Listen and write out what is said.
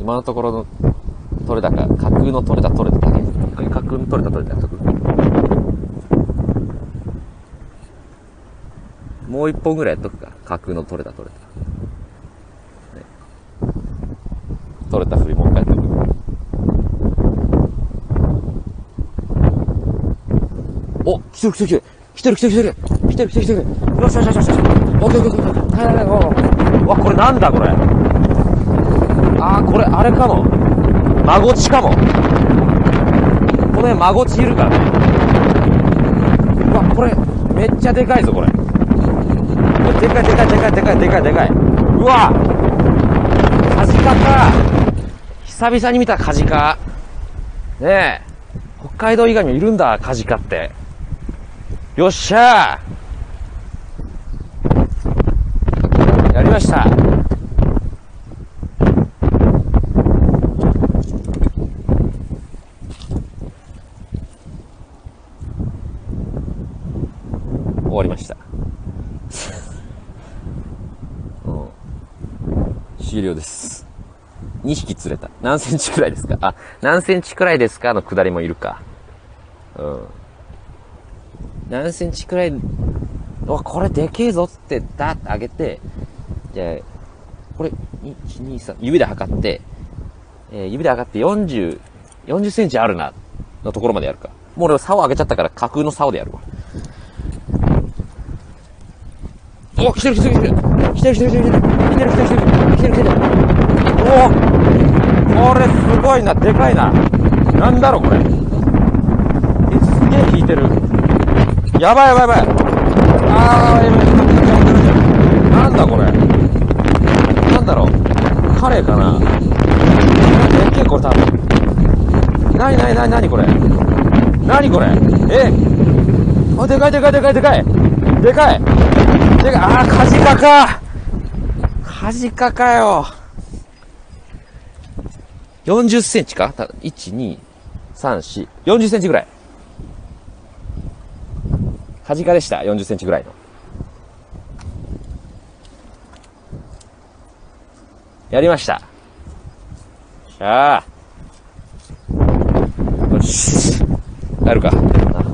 今のところの取れ高、架空の取れただけ。架空の取れたやっとく。もう一本ぐらいやっとくか。架空の取れた。ね、取れた振りもう一回やっとく。お、来てる。よし。オッケー。わ、これなんだこれ。これあれかも。マゴチかも。この辺マゴチいるからね。うわ、これめっちゃでかいぞこれ。でかい。うわ、カジカか。久々に見たカジカ。ねえ、北海道以外にもいるんだカジカって。よっしゃー、やりました。終わりました。終了です。2匹釣れた。何センチくらいですか？何センチくらいですかの下りもいるか。何センチくらい、これでけえぞってダーッと上げて、じゃあ、これ、1、2、3、指で測って、40センチあるな、のところまでやるか。もう俺竿上げちゃったから架空の竿でやるわ。お、来てる。来てる。おお、これすごいな、でかいな。なんだろこれ。すげえ引いてる。やばい。やばい。なんだこれ。なんだろう。カレーかな。でっけえこれ多分。なにこれ。これ。でかい。カジカか。カジカかよ。40センチか ?1、2、3、4、40センチぐらい。カジカでした。40センチぐらいの。やりました。よし。やるか。